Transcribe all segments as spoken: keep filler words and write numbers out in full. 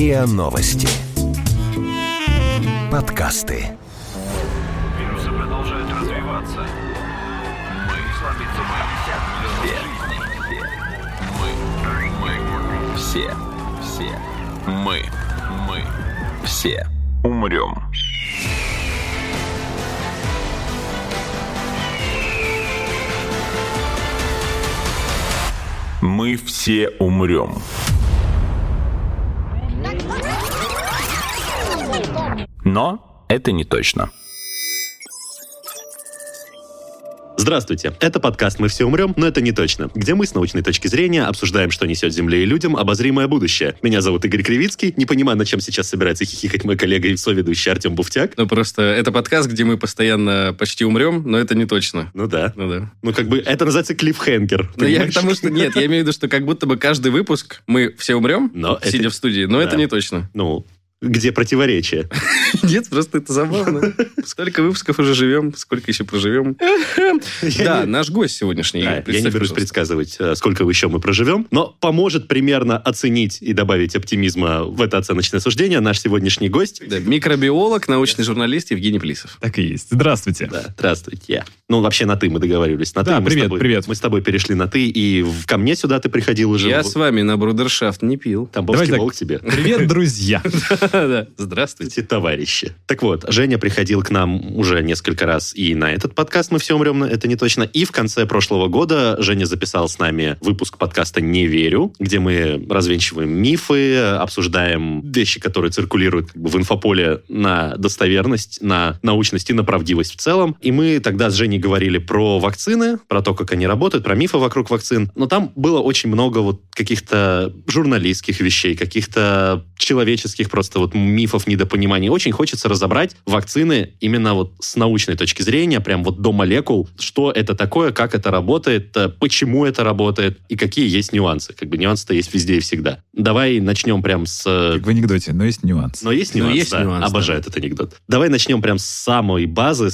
РИА Новости. Подкасты. Вирусы продолжают развиваться. Мы слабится мы. Все. Все. Мы. Мы. Все умрем. Мы все умрем. Но это не точно. Здравствуйте, это подкаст «Мы все умрем, но это не точно», где мы с научной точки зрения обсуждаем, что несет Земле и людям обозримое будущее. Меня зовут Игорь Кривицкий, не понимаю, над чем сейчас собирается хихикать мой коллега и соведущий Артем Буфтяк. Ну, просто это подкаст, где мы постоянно почти умрем, но это не точно. Ну да. Ну да. Ну как бы это называется клиффхенгер. Ну я к тому, что... Нет, я имею в виду, что как будто бы каждый выпуск мы все умрем, но сидя это... в студии, но да. Это не точно. Ну... Где противоречие? Нет, просто это забавно. Сколько выпусков уже живем, сколько еще проживем. Да, наш гость сегодняшний. Я не берусь предсказывать, сколько еще мы проживем, но поможет примерно оценить и добавить оптимизма в это оценочное суждение наш сегодняшний гость. Микробиолог, научный журналист Евгений Плисов. Так и есть. Здравствуйте. Да, здравствуйте. Ну, вообще на «ты» мы договаривались. На да, «ты». привет, привет. Мы с тобой перешли на «ты», и ко мне сюда ты приходил уже. Я с вами на брудершафт не пил. Тамбовский волк тебе. Привет, друзья. Да. Здравствуйте, товарищи. Так вот, Женя приходил к нам уже несколько раз и на этот подкаст «Мы все умрем», это не точно. И в конце прошлого года Женя записал с нами выпуск подкаста «Не верю», где мы развенчиваем мифы, обсуждаем вещи, которые циркулируют как бы в инфополе на достоверность, на научность и на правдивость в целом. И мы тогда с Женей говорили про вакцины, про то, как они работают, про мифы вокруг вакцин. Но там было очень много вот каких-то журналистских вещей, каких-то человеческих просто вот мифов, недопониманий. Очень хочется разобрать вакцины именно вот с научной точки зрения, прям вот до молекул, что это такое, как это работает, почему это работает и какие есть нюансы. Как бы нюансы-то есть везде и всегда. Давай начнем прям с... Как в анекдоте, но есть нюанс. Но есть нюанс, но есть да. нюанс, Обожаю да. этот анекдот. Давай начнем прям с самой базы,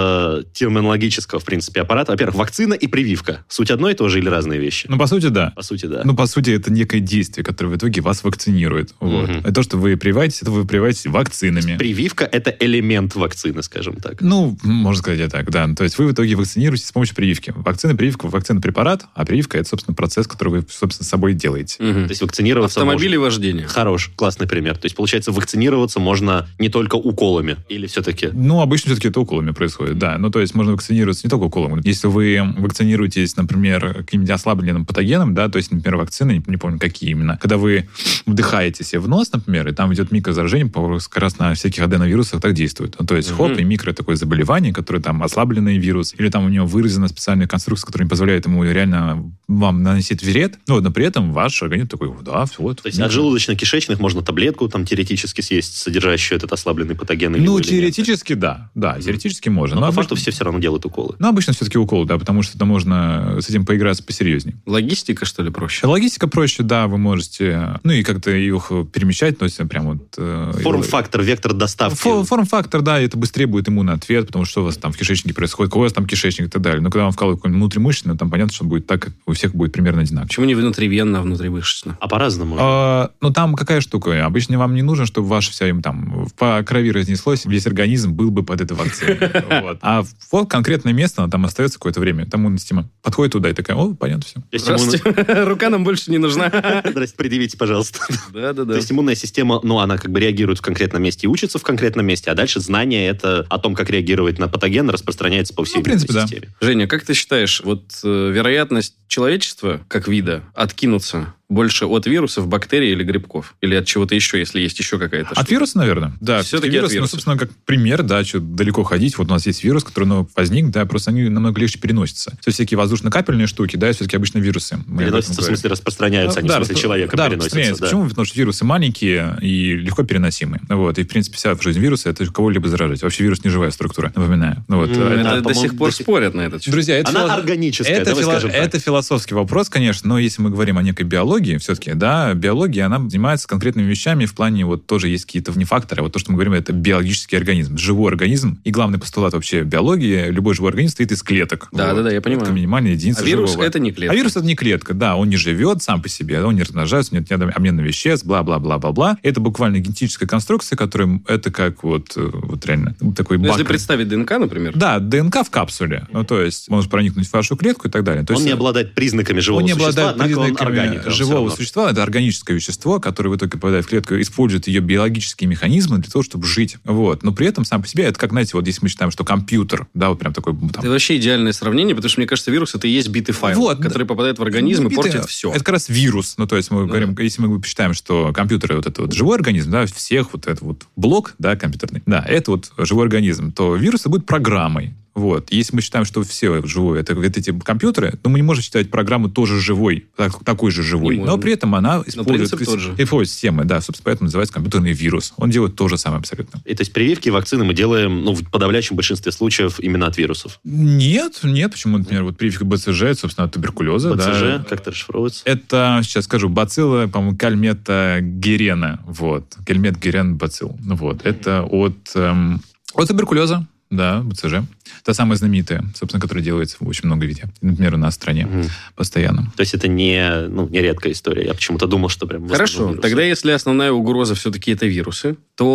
с терминологического, в принципе, аппарата. Во-первых, вакцина и прививка. Суть одно и то же или разные вещи? Ну, по сути, да. По сути, да. Ну, по сути, это некое действие, которое в итоге вас вакцинирует. Вот. Угу. И то, что вы прививаетесь, это вы прививаетесь вакцинами. Прививка – это элемент вакцины, скажем так. Ну, можно сказать и так, да. То есть вы в итоге вакцинируетесь с помощью прививки. Вакцина, прививка, вакцина препарат, а прививка – это, собственно, процесс, который вы, собственно, с собой делаете. Угу. То есть вакцинироваться Автомобиль можно. И вождение. Хорош, классный пример. То есть, получается, вакцинироваться можно не только уколами, или все-таки? Ну, обычно все-таки это уколами происходит, да. Ну, то есть можно вакцинироваться не только уколом. Если вы вакцинируетесь, например, каким-нибудь ослабленным патогеном, да, то есть, например, вакцины, не, не помню, какие именно, когда вы вдыхаете себе в нос, например, и там идет микрозаражение, как раз на всяких аденовирусах так действует. Ну, то есть, mm-hmm. хоп, и микро такое заболевание, которое там ослабленный вирус, или там у него выражена специальная конструкция, которая не позволяет ему реально вам наносить вред, но, но при этом ваш организм такой, да, все. Вот, то есть, от желудочно-кишечных можно таблетку там теоретически съесть, содержащую этот ослабленный патоген? Или ну, или теоретически, нет? да. Да, mm-hmm. теоретически можно. Но, но по обычно... факту все все равно делают уколы. Ну, обычно все-таки уколы, да, потому что это можно с этим поиграться посерьезнее. Логистика, что ли, проще? Логистика проще, да, вы можете, ну, и как-то их перемещать, то есть прям вот... Э, Форм-фактор, вектор доставки. Фор- форм-фактор, да, это быстрее будет иммунный ответ, потому что что у вас там в кишечнике происходит, какой у вас там кишечник и так далее. Но когда вам вкалывают какой-нибудь внутримышечно, там понятно, что будет так, как у всех будет примерно одинаково. Почему не внутривенно, а внутримышечно? А по-разному. А, ну, там какая штука? Обычно вам не нужно, чтобы ваше все им там по крови разнеслось, весь организм был бы под этой вакциной. А вот конкретное место, оно там остается какое-то время. Там иммунная система подходит туда и такая, о, понятно, все. Здравствуйте. Рука нам больше не нужна. Здрасте, предъявите, пожалуйста. Да-да-да. То есть иммунная система, ну, она как бы реагирует в конкретном месте и учится в конкретном месте, а дальше знание это о том, как реагировать на патоген, распространяется по всей ну, в принципе, иммунной да. системе. Женя, как ты считаешь, вот э, вероятность человечества, как вида, откинуться больше от вирусов, бактерий или грибков? Или от чего-то еще, если есть еще какая-то штука? От вируса, наверное. Да, все-таки вирус, от вируса. Ну, собственно, как пример, да, что далеко ходить. Вот у нас есть вирус, который ну, возник, да, просто они намного легче переносятся. Все всякие воздушно-капельные штуки, да, все-таки обычно вирусы. Переносятся, в смысле, распространяются, они да, в смысле человека да, переносятся. Да, Почему? Потому что вирусы маленькие и легко переносимые. Вот. И, в принципе, вся жизнь вируса — это кого-либо заражать. Вообще вирус не живая структура, напоминаю. Вот. Mm, это, это до сих пор до сих... спорят на этот счет. Друзья, это Она фило... органическая, это, давай фило... скажем так. Это философский вопрос, конечно, но если мы говорим о некой биологии, биологии все-таки, да, биология, она занимается конкретными вещами в плане, вот тоже есть какие-то внефакторы. Вот то, что мы говорим, это биологический организм, живой организм. И главный постулат вообще биологии, любой живой организм состоит из клеток. Да, вот. да, да, я понимаю. Это минимальная единица а вирус живого. это не клетка. А вирус это не клетка, да, он не живет сам по себе, он не размножается, нет обмена веществ, бла-бла-бла-бла-бла. Это буквально генетическая конструкция, которая, это как вот, вот реально такой бак. Если представить ДНК, например. Да, ДНК в капсуле. Ну, то есть, может проникнуть в вашу клетку и так далее. То он есть, не обладает признаками живого он не существа, обладает признаками он органика, живого существа. Это органическое вещество, которое в итоге попадает в клетку, использует ее биологические механизмы для того, чтобы жить. Вот. Но при этом сам по себе, это как, знаете, вот если мы считаем, что компьютер, да, вот прям такой... Там... Это вообще идеальное сравнение, потому что, мне кажется, вирус это и есть битый файл, вот, который попадает в организм ну, и портит все. Это как раз вирус. Ну, то есть мы да. говорим, если мы посчитаем, что компьютер вот это вот живой организм, да, всех вот этот вот блок, да, компьютерный, да, это вот живой организм, то вирус будет программой. Вот. Если мы считаем, что все живое, это вот эти компьютеры, то мы не можем считать программу тоже живой, так, такой же живой. Но при этом она использует, использует системы. Да, собственно, поэтому называется компьютерный вирус. Он делает то же самое абсолютно. И то есть прививки и вакцины мы делаем, ну, в подавляющем большинстве случаев именно от вирусов? Нет, нет. Почему, например, вот прививка БЦЖ, собственно, от туберкулеза. БЦЖ, да. как это расшифровывается? Это, сейчас скажу, бацилла, по-моему, кальмета-герена. Вот. Кальмет-герен-бацилл. Вот. Это от, эм, от туберкулеза. Да, БЦЖ. Та самая знаменитая, собственно, которая делается в очень много виде. Например, у нас в стране угу. постоянно. То есть это не, ну, не редкая история. Я почему-то думал, что прям... Хорошо. Тогда если основная угроза все-таки это вирусы,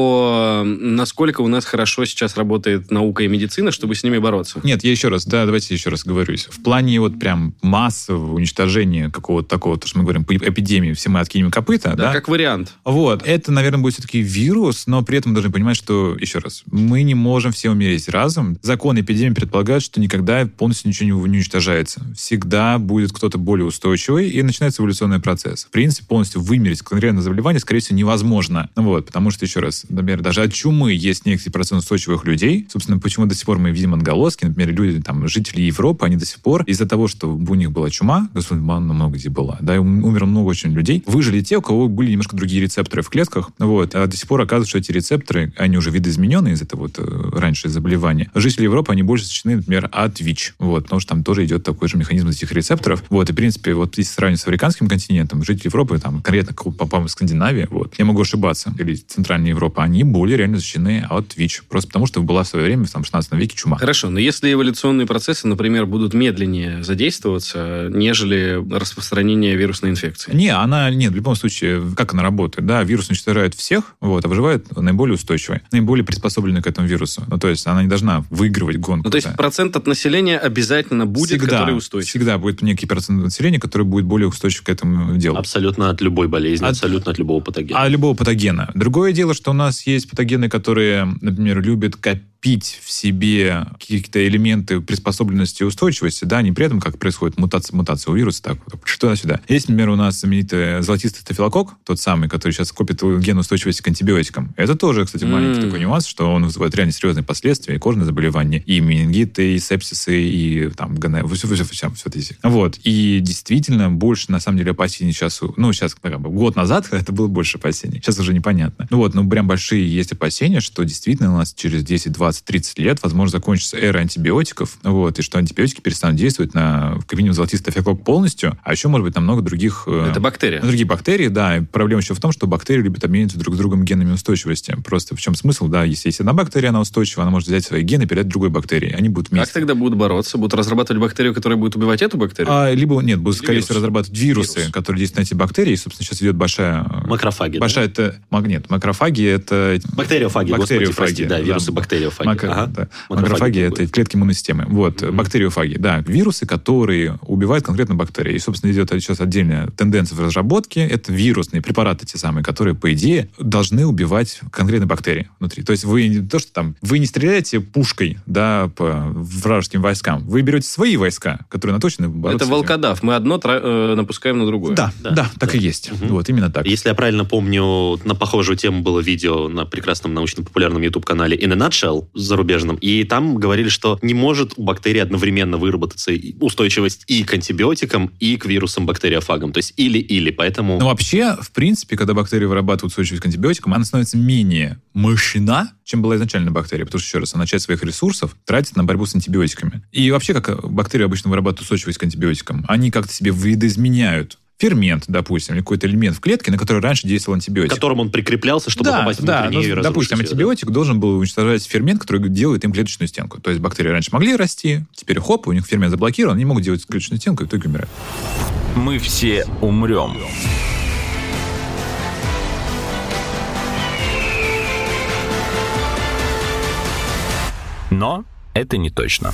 то насколько у нас хорошо сейчас работает наука и медицина, чтобы с ними бороться? Нет, я еще раз, да, давайте еще раз говорюсь. В плане вот прям массового уничтожения какого-то такого, то, что мы говорим, по эпидемии, все мы откинем копыта, да? Да, как вариант. Вот. Это, наверное, будет все-таки вирус, но при этом мы должны понимать, что, еще раз, мы не можем все умереть разом. Закон эпидемии предполагает, что никогда полностью ничего не уничтожается. Всегда будет кто-то более устойчивый, и начинается эволюционный процесс. В принципе, полностью вымереть конкретное заболевание, скорее всего, невозможно. Вот, потому что, еще раз, например, даже от чумы есть некий процент устойчивых людей. Собственно, почему до сих пор мы видим отголоски. Например, люди, там, жители Европы, они до сих пор из-за того, что у них была чума, господи, много где была, да, и умерло много очень людей, выжили те, у кого были немножко другие рецепторы в клетках, вот, а до сих пор оказывается, что эти рецепторы, они уже видоизменены из этого вот раньше заболевания. Жители Европы, они больше защищены, например, от ВИЧ, вот, потому что там тоже идет такой же механизм этих рецепторов, вот, и, в принципе, вот, если сравнивать с африканским континентом, жители Европы, там, конкретно, по-моему, Скандинавия, вот, я могу ошибаться, или Центральная Европа, они более реально защищены от ВИЧ, просто потому что была в свое время, в там, шестнадцатом веке чума. Хорошо, но если эволюционные процессы, например, будут медленнее задействоваться, нежели распространение вирусной инфекции? Не, она, нет, в любом случае, как она работает, да, вирус уничтожает всех, вот, а выживает наиболее устойчивые, наиболее приспособленные к этому вирусу, ну, то есть она не должна выигрывать гонку. Ну, то есть да. Процент от населения обязательно будет, всегда, который устойчив? Всегда будет некий процент населения, который будет более устойчив к этому делу. Абсолютно от любой болезни, от, абсолютно от любого патогена. От любого патогена. Другое дело, что у нас есть патогены, которые, например, любят копить в себе какие-то элементы приспособленности и устойчивости, да, не при этом, как происходит мутация, мутация у вируса, так, что-сюда. Есть, например, у нас знаменитый золотистый стафилококк, тот самый, который сейчас копит ген устойчивости к антибиотикам. Это тоже, кстати, маленький mm. такой нюанс, что он вызывает реально серьезные последствия, и кожные заболевания, и менингиты, и сепсисы, и там, гонорея, все, все, все, все это. Вот. И действительно, больше, на самом деле, опасений сейчас, ну, сейчас, как бы, год назад это было больше опасений. Сейчас уже непонятно. Ну вот, ну, прям большие есть опасения, что действительно у нас через десять, двадцать, тридцать лет, возможно, закончится эра антибиотиков, вот, и что антибиотики перестанут действовать на, как минимум, золотистый стафилококк полностью, а еще, может быть, на много других... Это бактерии. На другие бактерии, да. И проблема еще в том, что бактерии любят обмениваться друг с другом генами устойчивости. Просто в чем смысл, да, если есть одна бактерия, она устойчива, она может взять свои гены и передать другой бактерии. Они будут вместе. Как тогда будут бороться? Будут разрабатывать бактерию, которая будет убивать эту бактерию? А, либо, нет, будут, скорее всего, разрабатывать вирусы, Вирус. которые действуют на эти бактерии. И, собственно, сейчас идет большая... Макрофаги, большая, да? Это... Нет, макрофаги — это... Бактериофаги, бактериофаги, господи, прости, да, да. вирусы бактериофаги. Мак... Ага. Да. Макрофаги — это клетки иммунной системы. Вот, mm-hmm. бактериофаги, да. Вирусы, которые убивают конкретно бактерии. И, собственно, идет сейчас отдельная тенденция в разработке. Это вирусные препараты те самые, которые, по идее, должны убивать конкретно бактерии внутри. То есть вы не то, что там, вы не стреляете пушкой, да, по вражеским войскам. Вы берете свои войска, которые наточены бороться. Это волкодав. Мы одно тра- э, напускаем на другое. Да, да, да, так да. и есть. Угу. Вот, именно так. Если я правильно помню, на похожую тему было видео на прекрасном научно-популярном YouTube-канале In a Nutshell, зарубежном, и там говорили, что не может у бактерий одновременно выработаться устойчивость и к антибиотикам, и к вирусам-бактериофагам. То есть или-или, поэтому... Но вообще, в принципе, когда бактерии вырабатывают устойчивость к антибиотикам, она становится менее мощна, чем была изначально бактерия, потому что, еще раз, она часть своих ресурсов тратит на борьбу с антибиотиками. И вообще, как бактерии обычно вырабатывают устойчивость к антибиотикам, они как-то себе видоизменяют фермент, допустим, или какой-то элемент в клетке, на который раньше действовал антибиотик. К которому он прикреплялся, чтобы да, попасть да, внутрь нее ну, и разрушить допустим, ее, антибиотик да? должен был уничтожать фермент, который делает им клеточную стенку. То есть бактерии раньше могли расти, теперь хоп, у них фермент заблокирован, они могут делать клеточную стенку и в итоге умирают. Мы все умрем. Но это не точно.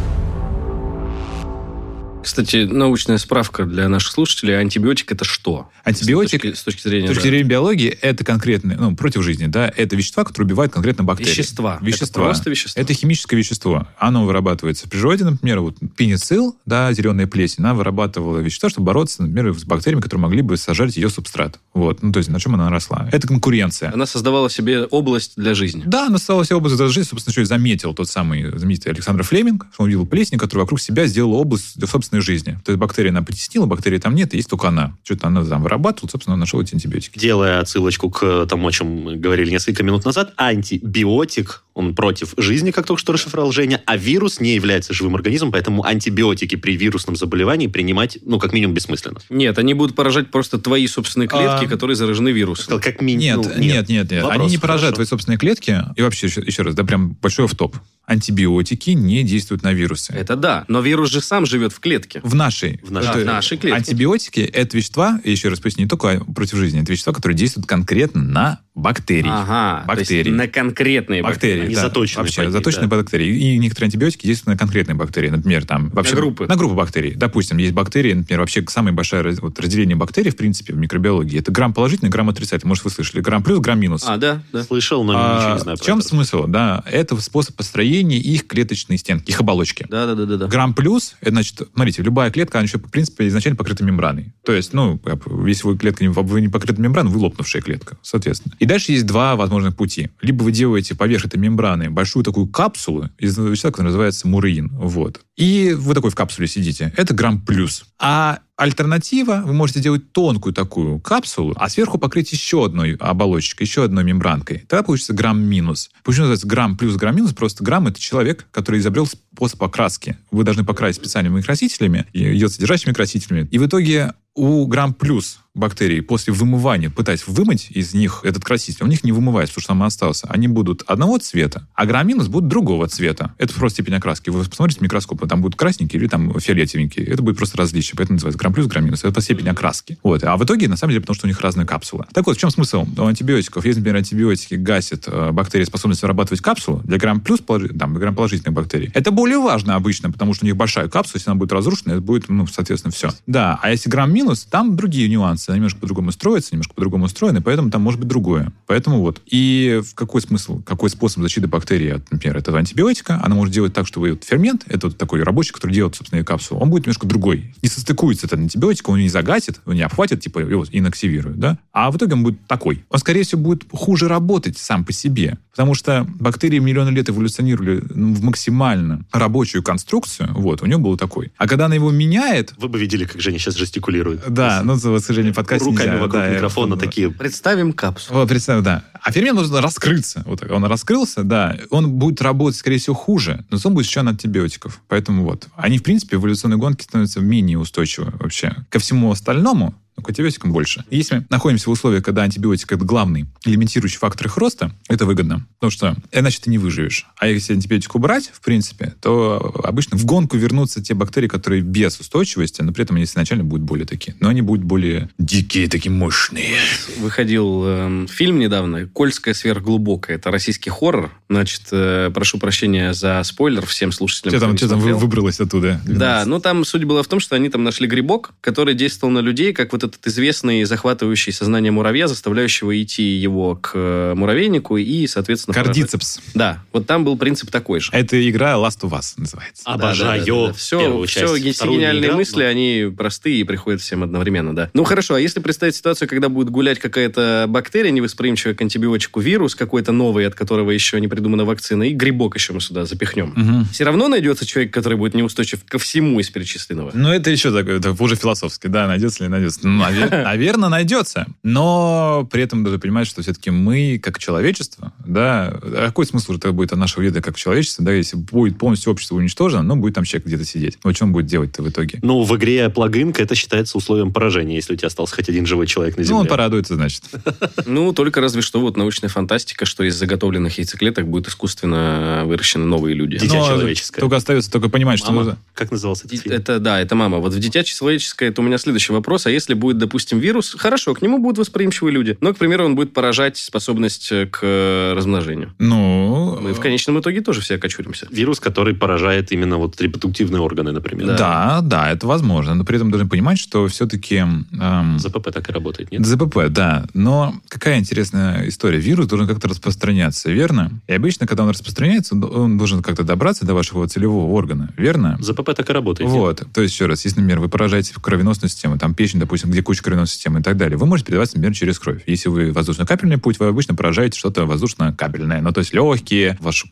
Кстати, научная справка для наших слушателей. Антибиотик – это что? Антибиотик, с точки, с точки зрения, с точки да. зрения биологии, это конкретные, ну, против жизни, да, это вещества, которые убивают конкретно бактерии. Вещества. Вещества. Это просто вещества. Это химическое вещество. Оно вырабатывается в природе, например, вот пеницилл, да, зеленая плесень, она вырабатывала вещества, чтобы бороться, например, с бактериями, которые могли бы сожрать ее субстрат. Вот, ну, то есть на чем она росла. Это конкуренция. Она создавала себе область для жизни. Да, она создала себе область для жизни, собственно, что и заметил тот самый знаменитый Александр Флеминг, что он увидел плесень, которая вокруг себя сделала область для собственной жизни. То есть бактерии она потеснила, бактерии там нет, есть только она. Что-то она там вырабатывала, собственно, он нашел эти антибиотики. Делая отсылочку к тому, о чем мы говорили несколько минут назад, антибиотик, он против жизни, как только что расшифровал Женя, а вирус не является живым организмом, поэтому антибиотики при вирусном заболевании принимать, ну, как минимум, бессмысленно. Нет, они будут поражать просто твои собственные клетки, А... которые заражены вирусом. Сказал, как минимум. Нет, Ну, нет, нет, нет. Вопрос, Они не поражают хорошо. твои собственные клетки. И вообще, еще, еще раз, да, прям большой офф-топ. Антибиотики не действуют на вирусы. Это да, но вирус же сам живет в клетке. В нашей. В нашей. Да, Это- в нашей клетке. Антибиотики – это вещества, еще раз поясню, не только против жизни, это вещества, которые действуют конкретно на бактерии. Ага, то есть Бактерии. на конкретные Бактерии, Они да. заточены Вообще, под них, заточены да. по бактерии. И некоторые антибиотики действуют на конкретные бактерии. Например, там... Вообще, группы. На группу бактерий. Допустим, есть бактерии, например, вообще самое большое раз- вот, разделение бактерий, в принципе, в микробиологии. Это грамм положительный, грамм отрицательный. Может, вы слышали. Грамм плюс, грамм минус. А, да, да. Слышал, но А, ничего не знаю. в про чем это. смысл? Да, это способ построения их клеточной стенки, их оболочки. Да, да, да, да, да. Грамм плюс, это значит, смотрите, любая клетка, она еще, в принципе, изначально покрыта мембраной. То есть, ну, как бы, если вы клетка не, вы не покрыта мембраной, вы лопнувшая клетка, соответственно. И дальше есть два возможных пути. Либо вы делаете поверх этой мембраны большую такую капсулу из вещества, которая называется муреин. Вот. И вы такой в капсуле сидите. Это грамм плюс. А альтернатива, вы можете сделать тонкую такую капсулу, а сверху покрыть еще одной оболочкой, еще одной мембранкой. Тогда получится грамм минус. Почему называется грамм плюс, грамм минус? Просто грамм — это человек, который изобрел способ окраски. Вы должны покрасить специальными красителями, йод-содержащими красителями. И в итоге у грамм плюс бактерий после вымывания, пытаясь вымыть из них этот краситель, у них не вымывается, потому что там остался. Они будут одного цвета, а грамм минус будут другого цвета. Это просто степень окраски. Вы посмотрите в микроскоп, там будут красненькие или там фиолетовенькие. Это будет просто различие. Поэтому называется грамм плюс, грамм минус. Это по степени окраски. Вот. А в итоге, на самом деле, потому что у них разная капсула. Так вот, в чем смысл у антибиотиков? Если, например, антибиотики гасят э, бактерии способность вырабатывать капсулу, для грамм плюс, положи- там, для грамм положительных бактерий, это более важно обычно, потому что у них большая капсула, если она будет разрушена, это будет, ну, соответственно, все. Да, а если грамм минус, там другие нюансы. Они немножко по-другому строятся, немножко по-другому устроены, поэтому там может быть другое. Поэтому вот. И в какой смысл, какой способ защиты бактерий от, например, этого антибиотика? Она может делать так, что вы вот фермент, это вот такой рабочий, который делает, собственно, и капсулу, он будет немножко другой. Не состыкуется этот антибиотик, он не загасит, он не обхватит, типа, его инактивирует, да? А в итоге он будет такой. Он, скорее всего, будет хуже работать сам по себе. Потому что бактерии миллионы лет эволюционировали ну, в максимально рабочую конструкцию, вот, у него был такой. А когда она его меняет... Вы бы видели, как Женя сейчас жестикулирует. Да, ну, к сожалению, подкаст Руками нельзя, вокруг да, микрофона я- такие... Представим капсулу. Вот, представь, да. А фермент должен раскрыться. Вот так. Он раскрылся, да. Он будет работать, скорее всего, хуже, но он будет защищен от антибиотиков. Поэтому вот. Они, в принципе, в эволюционной гонке становятся менее устойчивы вообще ко всему остальному, но к антибиотикам больше. Если мы находимся в условиях, когда антибиотик — это главный элементирующий фактор их роста, это выгодно. Потому что иначе ты не выживешь. А если антибиотик убрать, в принципе, то обычно в гонку вернутся те бактерии, которые без устойчивости, но при этом они изначально будут более такие. Но они будут более дикие, такие мощные. Выходил э, фильм недавно «Кольская сверхглубокая». Это российский хоррор. Значит, э, прошу прощения за спойлер всем слушателям. Что там, кто что не там вы- смотрел. выбралось оттуда? Да, ну там суть была в том, что они там нашли грибок, который действовал на людей, как вот этот известный захватывающий сознание муравья, заставляющего идти его к э, муравейнику и, соответственно... Кардицепс. поражать. Да, вот там был принцип такой же. Это игра Last of Us называется. Обожаю Все, первую все, часть. все Вторую не гениальные играл, мысли, но- они простые и приходят всем одновременно, да. Ну хорошо, а если представить ситуацию, когда будет гулять какая-то бактерия, невосприимчивая к антибиотику, вирус какой-то новый, от которого еще не придумана вакцина, и грибок еще мы сюда запихнем. Угу. Все равно найдется человек, который будет неустойчив ко всему из перечисленного. Ну, это еще такое, это уже философски, да, найдется ли найдется. Ну, наверное, найдется. Но при этом даже понимать, что все-таки мы, как человечество, да, а какой смысл это будет от нашего вида как человечества, да, если будет полностью общество уничтожено, ну, будет там человек где-то сидеть. Ну, что он будет делать-то в итоге? Ну, в игре плагинка это считается условием поражения, если у тебя остался хоть один живой человек на Земле. Ну, он порадуется, значит. Ну, только разве что вот научная фантастика, что из заготовленных яйцеклеток будут искусственно выращены новые люди. Дитя человеческое. Только остается только понимать, что... Мама. Как назывался этот фильм? Это, да, это мама. Вот в дитя человеческое, это у меня следующий вопрос. А если будет, допустим, вирус, хорошо, к нему будут восприимчивые люди. Но, к примеру, он будет поражать способность к размножению. Ну... Мы в конечном итоге тоже все окочуримся. Вирус, который поражает именно вот репродуктивные органы, например. Да, да, да, это возможно. Но при этом должны понимать, что все-таки... Эм... ЗПП так и работает, нет? ЗПП, да. Но какая интересная история. Вирус должен как-то распространяться, верно? И обычно, когда он распространяется, он должен как-то добраться до вашего целевого органа, верно? ЗПП так и работает. Вот. Нет? То есть, еще раз, если, например, вы поражаете кровеносную систему, там печень, допустим, где куча кровеносной системы и так далее, вы можете передаваться, например, через кровь. Если вы воздушно-капельный путь, вы обычно поражаете что-то воздушно-капельное. Ну, то есть легкие, ваше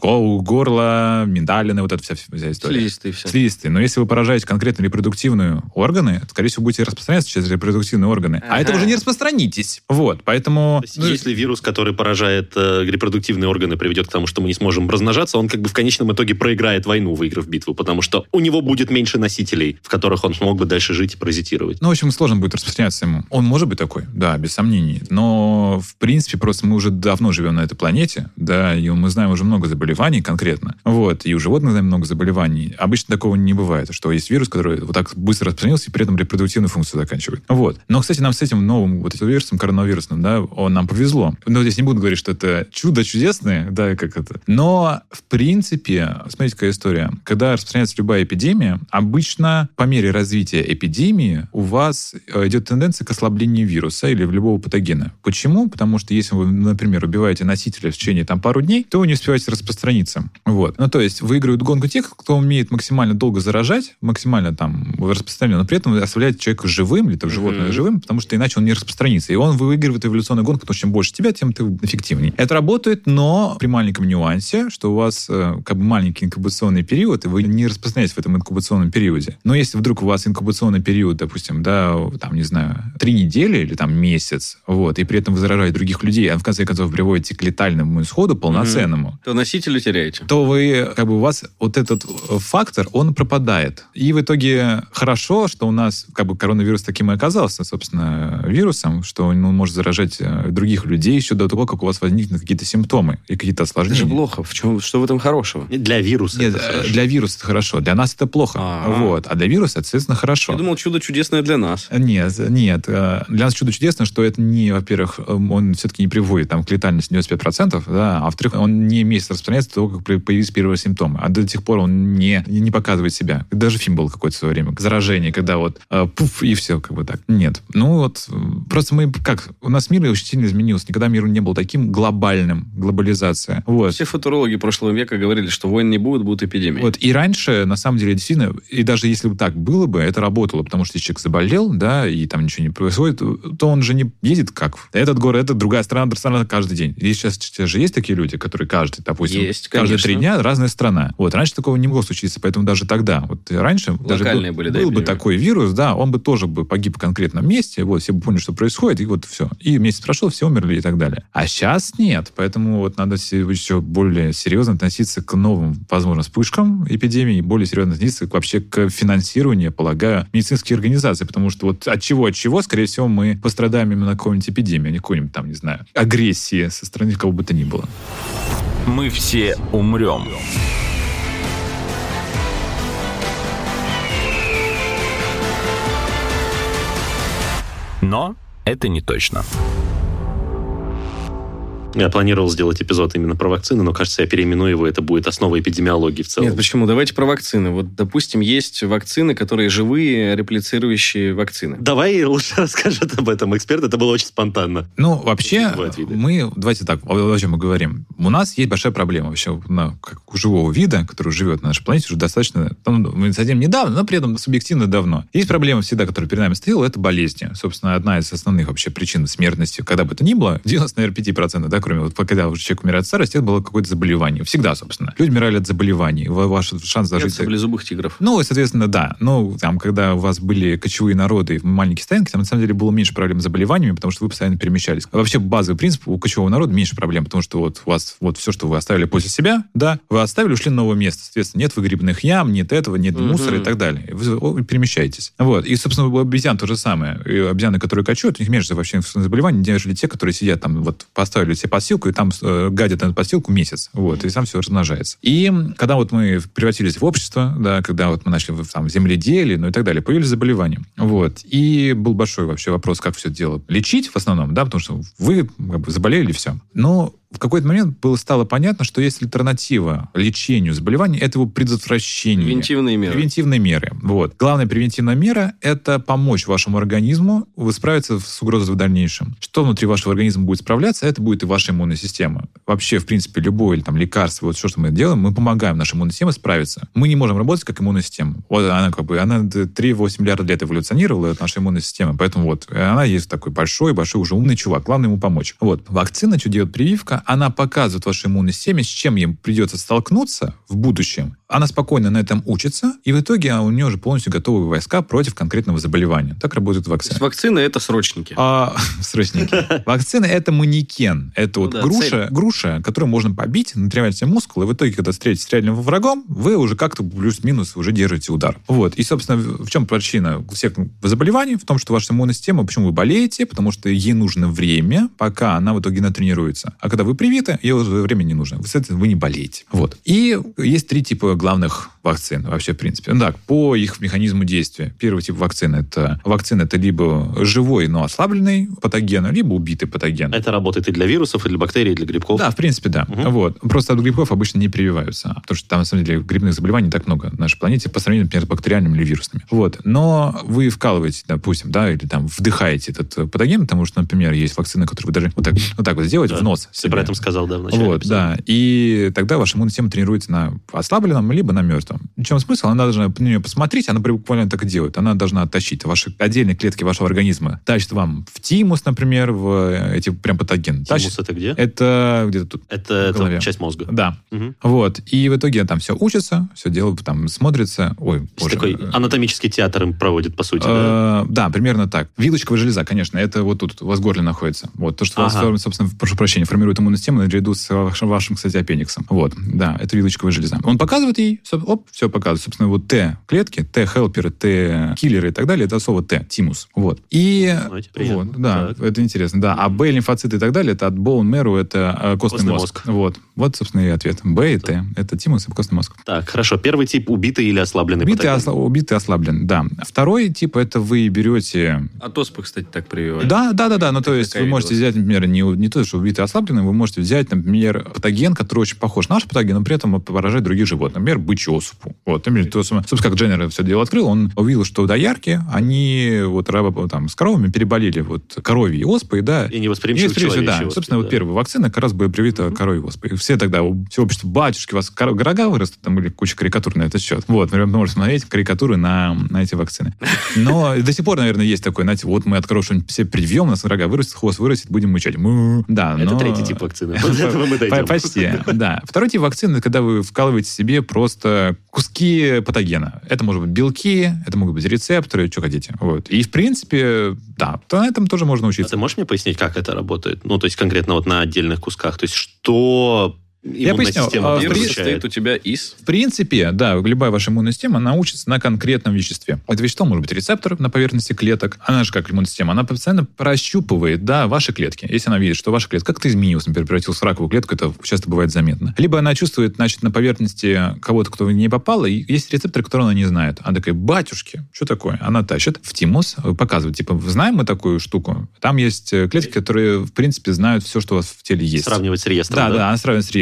горло, миндалины, вот эта вся, вся история. Слизистые все. Слизистые. Но если вы поражаете конкретно репродуктивные органы, то, скорее всего, будете распространяться через репродуктивные органы. Ага. А это уже не распространитесь. Вот, поэтому... Ну, если вирус, который поражает э, репродуктивные органы, приведет к тому, что мы не сможем размножаться, он как бы в конечном итоге проиграет войну, выиграв битву, потому что у него будет меньше носителей, в которых он смог бы дальше жить и паразитировать. Ну, в общем, сложно будет распространяться ему. Он может быть такой, да, без сомнений. Но, в принципе, просто мы уже давно живем на этой планете, да, и мы знаем уже много заболеваний конкретно. Вот, и у животных знаем много заболеваний. Обычно такого не бывает, что есть вирус, который вот так быстро распространился и при этом репродуктивную функцию заканчивает. Вот. Но, кстати, нам с этим новым вот этим вирусом, коронавирусным, да, он, нам повезло. Но здесь не буду говорить, что это чудо чудесное, да, как это. Но, в принципе, смотрите, какая история. Когда распространяется любая эпидемия, обычно по мере развития эпидемии у вас идет тенденция к ослаблению вируса или любого патогена. Почему? Потому что если вы, например, убиваете носителя в течение там пару дней, то вы не успеваете распространиться. Вот. Ну, то есть выигрывают гонку тех, кто умеет максимально долго заражать, максимально там распространять, но при этом оставляет человека живым, или там животное mm-hmm. живым, потому что иначе он не распространится. И он выигрывает эволюционную гонку, потому что чем больше тебя, тем ты эффективнее. Это работает, но при маленьком нюансе, что у вас э, как бы маленький инкубационный период, и вы не распространяетесь в этом инкубационном периоде. Но если вдруг у вас инкубационный период, допустим, да, там, не знаю, три недели или там месяц, вот, и при этом вы заражаете других людей, а в конце концов приводите к летальному исходу полноценному, mm-hmm. то носителя теряете. То вы, как бы, у вас вот этот фактор, он пропадает. И в итоге хорошо, что у нас, как бы, коронавирус таким и оказался, собственно, вирусом, что он может заражать других людей еще до того, как у вас возникнут какие-то симптомы и какие-то осложнения. Это же плохо. В чем, что в этом хорошего? Для вируса Нет, это хорошо. Для вируса это хорошо. Для нас это плохо. А-а-а. Вот. А для вируса, соответственно, хорошо. Я думал, чудо чудесное для нас. Нет, нет. Для нас чудо чудесное, что это не, во-первых, он все-таки не приводит там, к летальности девяносто пять процентов, да, а во-вторых, он не месяц распространяется до того, как появились первые симптомы. А до тех пор он не, не показывает себя. Даже фильм был какой-то в свое время. Заражение, когда вот э, пуф, и все, как бы так. Нет. Ну вот, просто мы, как, у нас мир очень сильно изменился. Никогда мир не был таким глобальным, глобализация. Вот. Все футурологи прошлого века говорили, что войн не будет, будут эпидемии. Вот. И раньше, на самом деле, действительно, и даже если бы так было бы, это работало, потому что если человек заболел, да, и там ничего не происходит, то он же не едет как этот город, это другая страна, другая страна каждый день. И сейчас, сейчас же есть такие люди, которые каждый, допустим, есть, каждые три дня разная страна. Вот. Раньше такого не могло случиться, поэтому даже тогда, вот раньше локальные даже были, был, да, был бы такой вирус, да, он бы тоже бы погиб в конкретном месте, вот, все бы поняли, что происходит, и вот все. И месяц прошел, все умерли и так далее. А сейчас нет, поэтому вот надо еще более серьезно относиться к новым, возможно, вспышкам эпидемии, более серьезно относиться к, вообще к финансированию, полагаю, медицинских организаций, потому что вот от чего, от чего, скорее всего, мы пострадаем именно какой-нибудь эпидемии, а не какой-нибудь там, не знаю, агрессии со стороны кого бы то ни было. Мы все умрем. Но это не точно. Я планировал сделать эпизод именно про вакцины, но, кажется, я переименую его, это будет основа эпидемиологии в целом. Нет, почему? Давайте про вакцины. Вот, допустим, есть вакцины, которые живые, реплицирующие вакцины. Давай лучше расскажет об этом эксперт, это было очень спонтанно. Ну, вообще, мы, давайте так, о чем мы говорим. У нас есть большая проблема вообще на, как у живого вида, который живет на нашей планете уже достаточно, мы совсем недавно, но при этом субъективно давно. Есть проблема всегда, которая перед нами стояла, это болезни. Собственно, одна из основных вообще причин смертности, когда бы то ни было, девяносто, наверное, пять процентов, да, да, кроме вот когда уже человек умирает от старости, это было какое-то заболевание. Всегда, собственно. Люди умирали от заболеваний. Ваш шанс зажить... Это саблезубых тигров. Ну, соответственно, да. Ну, там, когда у вас были кочевые народы, маленькие стоянки, там, на самом деле, было меньше проблем с заболеваниями, потому что вы постоянно перемещались. А вообще, базовый принцип, у кочевого народа меньше проблем, потому что вот у вас вот все, что вы оставили после себя, да, вы оставили, ушли на новое место. Соответственно, нет выгребных ям, нет этого, нет угу. мусора и так далее. Вы перемещаетесь. Вот. И, собственно, у обезьян то же самое. И обезьяны, которые кочуют, у них меньше вообще заболеваний, нежели те, которые сидят там, вот, поставили себе подстилку, и там э, гадят на подстилку месяц. Вот. И там все размножается. И когда вот мы превратились в общество, да, когда вот мы начали там, в земледелие, ну и так далее, появились заболевания. Вот. И был большой вообще вопрос, как все это дело лечить в основном, да, потому что вы как бы, заболели, и все. Но в какой-то момент было, стало понятно, что есть альтернатива лечению заболевания, это его предотвращение. Превентивные меры. Превентивные меры. Вот. Главная превентивная мера – это помочь вашему организму справиться с угрозой в дальнейшем. Что внутри вашего организма будет справляться, это будет и ваша иммунная система. Вообще, в принципе, любое там, лекарство, вот все, что мы делаем, мы помогаем нашей иммунной системе справиться. Мы не можем работать как иммунная система. Вот она как бы, она три-восемь миллиардов лет эволюционировала, это наша иммунная система, поэтому вот она есть такой большой-большой уже умный чувак. Главное ему помочь. Вот. Вакцина, что делает прививка, она показывает вашей иммунной системе, с чем ей придется столкнуться в будущем. Она спокойно на этом учится, и в итоге у нее уже полностью готовы войска против конкретного заболевания. Так работают вакцины. То есть вакцины – это срочники. А, срочники. Вакцины – это манекен. Это вот груша, груша, которую можно побить, натренировать себе мускулы, и в итоге, когда встретитесь с реальным врагом, вы уже как-то плюс-минус уже держите удар. Вот. И, собственно, в чем причина всех заболеваний? В том, что ваша иммунная система, почему вы болеете? Потому что ей нужно время, пока она в итоге натренируется. А когда вы привиты, ей уже время не нужно. Вы, соответственно, вы не болеете. Вот. И есть три типа главных вакцин вообще, в принципе. Ну, так, по их механизму действия. Первый тип вакцины – это вакцина это либо живой, но ослабленный патоген, либо убитый патоген. Это работает и для вирусов, и для бактерий, и для грибков? Да, в принципе, да. Угу. Вот. Просто от грибков обычно не прививаются, потому что там, на самом деле, грибных заболеваний не так много на нашей планете по сравнению, например, с бактериальными или вирусными. Вот. Но вы вкалываете, допустим, да, или там вдыхаете этот патоген, потому что, например, есть вакцины, которые вы даже вот так вот, так вот сделаете да. в нос. Ты себе. Про это сказал, да, в начале Вот, эпизода. Да. И тогда ваша иммунная система тренируется на ослабленном, либо на мертвом. В чем смысл? Она должна на нее посмотреть, она буквально так и делает. Она должна оттащить ваши отдельные клетки вашего организма. Тащит вам в тимус, например, в эти прям патогены. Тимус Тащит. Это где? Это где-то тут. Это, это часть мозга. Да. Угу. Вот. И в итоге там все учится, все делает, там смотрится. Ой, боже. Такой анатомический театр им проводит, по сути, да? Да, примерно так. Вилочковая железа, конечно, это вот тут у вас в горле находится. Вот. То, что ага. вас, собственно, прошу прощения, формирует иммунную систему наряду с вашим, кстати, аппендиксом. Вот. Да, это вилочковая железа. Он показывает ей, оп, все показывает. Собственно, вот Т-клетки, Т-хелперы, Т-киллеры и так далее, это слово Т, тимус. Вот. И... Знаете, вот, да, так. Это интересно. Да. А Б-лимфоциты и так далее, это от bone marrow, это костный, костный мозг. мозг. Вот. Вот, собственно, и ответ. Б и Т. Это тимус и костный мозг. Так, хорошо. Первый тип убитый или ослабленный убитый, осла... убитый, ослаблен, да. Второй тип, это вы берете... От оспы, кстати, так прививают. Да, да, да, да. Ну, то есть вы можете взять, например, не, не то, что убитый, ослабленный, вы можете взять, например, патоген, который очень похож на наш патоген, но при этом поражает других животных. Например, бычью оспу. Вот. Например, то, собственно, как Дженнер все дело открыл, он увидел, что доярки, они вот там с коровами переболели вот коровьей оспой, да. И не восприимчивы к человечьей да. оспе. Собственно, да. вот первая вакцина как раз была привита mm-hmm. коровьей оспой. И все тогда, все общество, батюшки, у вас рога вырастут, там были куча карикатур на этот счет. Вот, например, вы можете смотреть карикатуры на, на эти вакцины. Но до сих пор, наверное, есть такое, знаете, вот мы от коров что-нибудь все привьем, у нас рога вырастет, хвост вырастет, будем мычать. Да, это но... третий тип вакцины. До этого мы дойдем. Почти, да. Второй тип вакцины, это когда вы вкалываете себе просто куски патогена. Это может быть белки, это могут быть рецепторы, что хотите. Вот. И, в принципе, да, то на этом тоже можно учиться. А ты можешь мне пояснить, как это работает? Ну, то есть, конкретно вот на отдельных кусках. То есть, что... Я поясню. Система вирус состоит у тебя из... В принципе, да, любая ваша иммунная система, она учится на конкретном веществе. Это вещество может быть рецептор на поверхности клеток. Она же как иммунная система, она постоянно прощупывает, да, ваши клетки. Если она видит, что ваша клетка как-то изменилась, например, превратилась в раковую клетку, это часто бывает заметно. Либо она чувствует, значит, на поверхности кого-то, кто не попал, и есть рецепторы, которые она не знает. Она такая, батюшки, что такое? Она тащит в тимус, показывает, типа, знаем мы такую штуку? Там есть клетки, которые, в принципе, знают все, что у вас в теле есть. Сравнивать с реестром, да? Да, да, она сравнивает с реестром.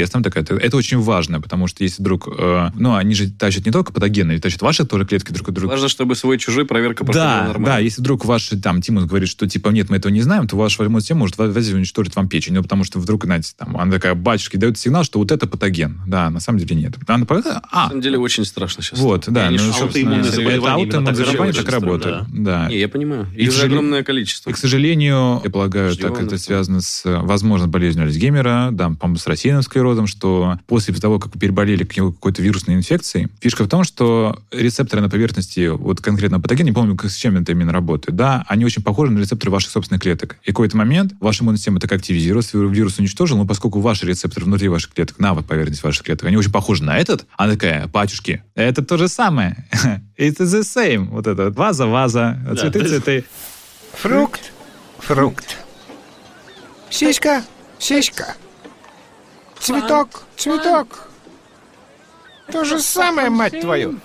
интересно. Так это, это очень важно, потому что если вдруг... Э, ну, они же тащат не только патогены, они тащат ваши тоже клетки друг от друга. Важно, чтобы свой-чужой проверка проходила да, нормально. Да, если вдруг ваш там тимус говорит, что типа нет, мы этого не знаем, то ваш иммунная система может возить уничтожить вам печень. Ну, потому что вдруг, знаете, там, она такая, батюшки, дает сигнал, что вот это патоген. Да, на самом деле нет. Она, а, на самом деле очень страшно сейчас. Вот, да. Ну, аутоиммунные заболевания, это аутоиммунные заболевания так работают. Да. Да. Не, я понимаю. Их же огромное количество. И, к сожалению, я полагаю, Ждем так это это. связано с, возможно, болезнью Альцгеймера, да, по-моему, с рассеянным склерозом, что после того, как вы переболели какой-то вирусной инфекцией, фишка в том, что рецепторы на поверхности вот конкретно патогена, не помню, с чем это именно работает, да, они очень похожи на рецепторы ваших собственных клеток. И в какой-то момент ваша иммунная система так активизировалась, вирус уничтожил, но поскольку ваши рецепторы внутри ваших клеток, на вот поверхность ваших клеток, они очень похожи на этот, она такая, батюшки, это то же самое. It's the same. Вот это вот ваза, ваза, цветы, да, цветы. Фрукт, фрукт. Сиська, сиська. Цветок, цветок. То же самое, мать твою.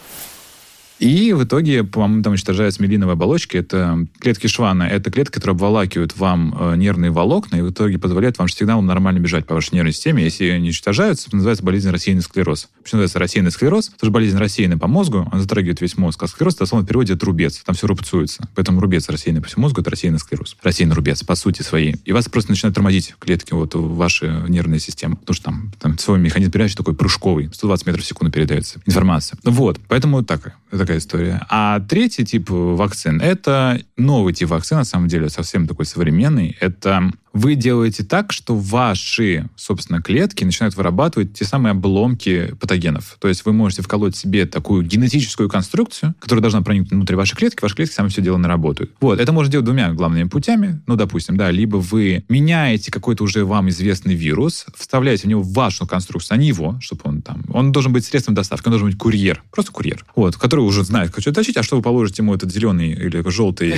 И в итоге, по-моему, там уничтожаются миелиновые оболочки. Это клетки Шванна. Это клетки, которые обволакивают вам э, нервные волокна и в итоге позволяют вам сигналом нормально бежать по вашей нервной системе. Если они уничтожаются, это называется болезнь рассеянный склероз. Почему называется рассеянный склероз? Потому что болезнь рассеянная по мозгу, она затрагивает весь мозг. А склероз, дословно в переводе, это рубец. Там все рубцуется. Поэтому рубец рассеянный по всему мозгу, это рассеянный склероз. Рассеянный рубец, по сути своей. И вас просто начинают тормозить клетки вот в вашей нервной системе. Потому что там, там свой механизм передачи такой прыжковый. сто двадцать метров в секунду передается информация. Вот. Поэтому так, такая история. А третий тип вакцин – это новый тип вакцин, на самом деле, совсем такой современный. Это вы делаете так, что ваши, собственно, клетки начинают вырабатывать те самые обломки патогенов. То есть вы можете вколоть себе такую генетическую конструкцию, которая должна проникнуть внутрь вашей клетки, ваши клетки сами все дело наработают. Вот. Это можно делать двумя главными путями. Ну, допустим, да, либо вы меняете какой-то уже вам известный вирус, вставляете в него вашу конструкцию, а не его, чтобы он там... Он должен быть средством доставки, он должен быть курьер. Просто курьер. Вот. Который уже знает, как что тащить, а что вы положите ему этот зеленый или желтый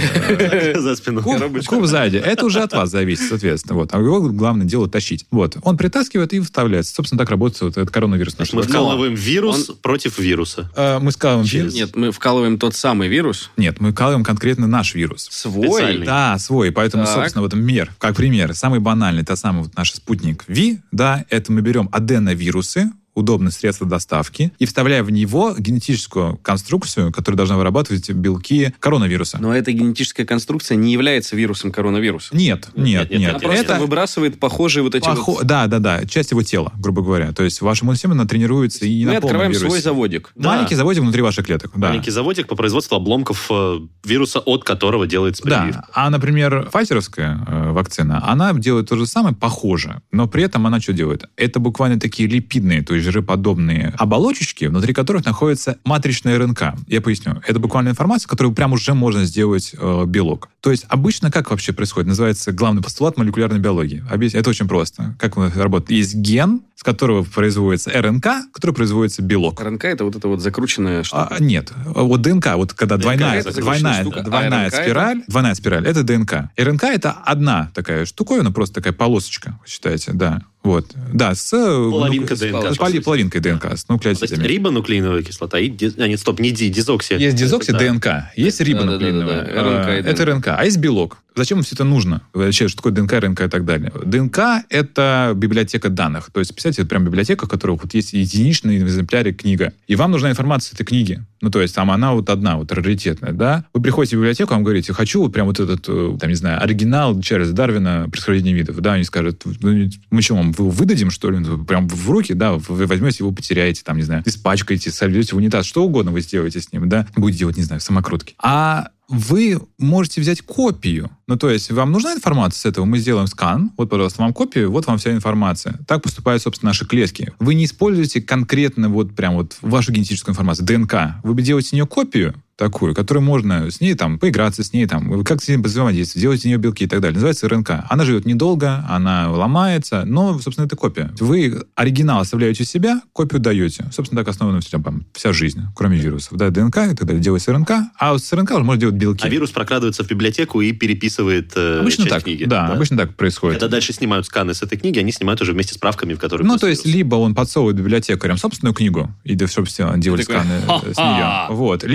за спину. куб сзади. Это уже от вас зависит, соответственно. Вот. А его главное дело тащить. Вот. Он притаскивает и вставляется. Собственно, так работает вот этот коронавирус. Мы вкалываем вирус он... против вируса. Э, мы вкалываем вирус. Нет, мы вкалываем тот самый вирус. Нет, мы вкалываем конкретно наш вирус. Свой? Специальный. Да, свой. Поэтому, Так. собственно, вот мер. Как пример. Самый банальный, это самый вот наш спутник Ви, да, это мы берем аденовирусы, удобное средство доставки, и вставляя в него генетическую конструкцию, которая должна вырабатывать белки коронавируса. Но эта генетическая конструкция не является вирусом коронавируса. Нет, нет, нет, нет. Она просто Это выбрасывает похожие вот эти похо- вот... Да, да, да. Часть его тела, грубо говоря. То есть ваша иммунная система, она тренируется и Мы на полном открываем вирусе. свой заводик. Да. Маленький заводик внутри ваших клеток. Да. Маленький заводик по производству обломков э, вируса, от которого делается прививка. Да, а, например, файзеровская э, вакцина, она делает то же самое, похоже, но при этом она что делает? Это буквально такие липидные, то есть жироподобные оболочечки, внутри которых находится матричная РНК. Я поясню. Это буквально информация, которую прям уже можно сделать э, белок. То есть обычно как вообще происходит? Называется главный постулат молекулярной биологии. Объясню. Это очень просто. Как он работает? Есть ген, с которого производится РНК, который производится белок. РНК — это вот эта вот закрученная штука. А, нет, вот ДНК, вот когда ДНК двойная, это двойная, штука, а двойная РНК спираль, двойная спираль, это ДНК. РНК это одна такая штуковина, просто такая полосочка, считаете, да. Вот, да, с... Половинка ну, ДНК. С поли- половинкой ДНК, с То есть нуклеотидами. рибонуклеиновая кислота и... ди- А, нет, стоп, не ди, дизокси. Есть дизокси Да. ДНК, есть рибонуклеиновая. Да-да-да-да, РНК и А, Это РНК. А есть белок. Зачем все это нужно? Вообще, что такое ДНК, РНК и так далее? ДНК — это библиотека данных. То есть, представьте, это прям библиотека, в которой вот есть единичный в экземпляре книга. И вам нужна информация с этой книги. Ну, то есть, там она вот одна, вот раритетная, да? Вы приходите в библиотеку, вам говорите, хочу вот прям вот этот, там, не знаю, оригинал Чарльза Дарвина «Происхождение видов». Да, они скажут, ну, мы что, вам его выдадим, что ли? Прям в руки, да, вы возьмете его, потеряете, там, не знаю, испачкаете, сольете в унитаз, что угодно вы сделаете с ним, да? Будете делать, не знаю, самокрутки. А вы можете взять копию. Ну, то есть, вам нужна информация с этого? Мы сделаем скан. Вот, пожалуйста, вам копию, вот вам вся информация. Так поступают, собственно, наши клетки. Вы не используете конкретно вот прям вот вашу генетическую информацию, ДНК. Вы делаете с нее копию такую, которую можно с ней там поиграться, с ней там, как с ней взаимодействовать, делать из нее белки и так далее. Называется РНК. Она живет недолго, она ломается, но, собственно, это копия. Вы оригинал оставляете у себя, копию даете. Собственно, так основана вся, там, вся жизнь, кроме вирусов. Да, ДНК и так далее. Делается РНК, а с РНК уже можно делать белки. А вирус прокрадывается в библиотеку и переписывает э, Обычно часть так, книги. да, обычно так происходит. Когда дальше снимают сканы с этой книги, они снимают уже вместе с правками, в которых... Ну, то есть, либо он подсовывает библиотекарям собственную книгу, и, да, собственно, делали такой, сканы с нее. Вот. Либо... Еще раз, как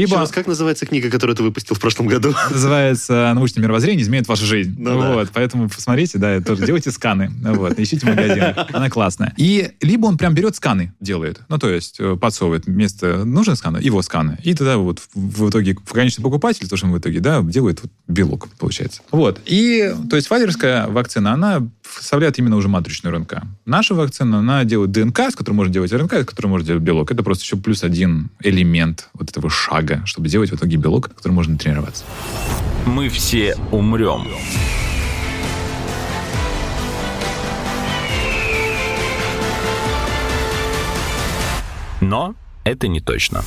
называется книга, которую ты выпустил в прошлом году? Называется «Научное мировоззрение изменит вашу жизнь». Ну, вот, да. Поэтому посмотрите, да, тоже делайте сканы. Вот, ищите магазин. Она классная. И либо он прям берет сканы, делает. Ну, то есть подсовывает вместо нужных сканов его сканы. И тогда вот в итоге в конечный покупатель, то, что он в итоге, да, делает вот белок, получается. Вот. И, то есть, файзерская вакцина, она вставляет именно уже матричную РНК. Наша вакцина, она делает ДНК, с которой можно делать РНК, с которой можно делать белок. Это просто еще плюс один элемент вот этого шага, чтобы делать в итоге белок, который можно тренироваться. Мы все умрем. Но это не точно.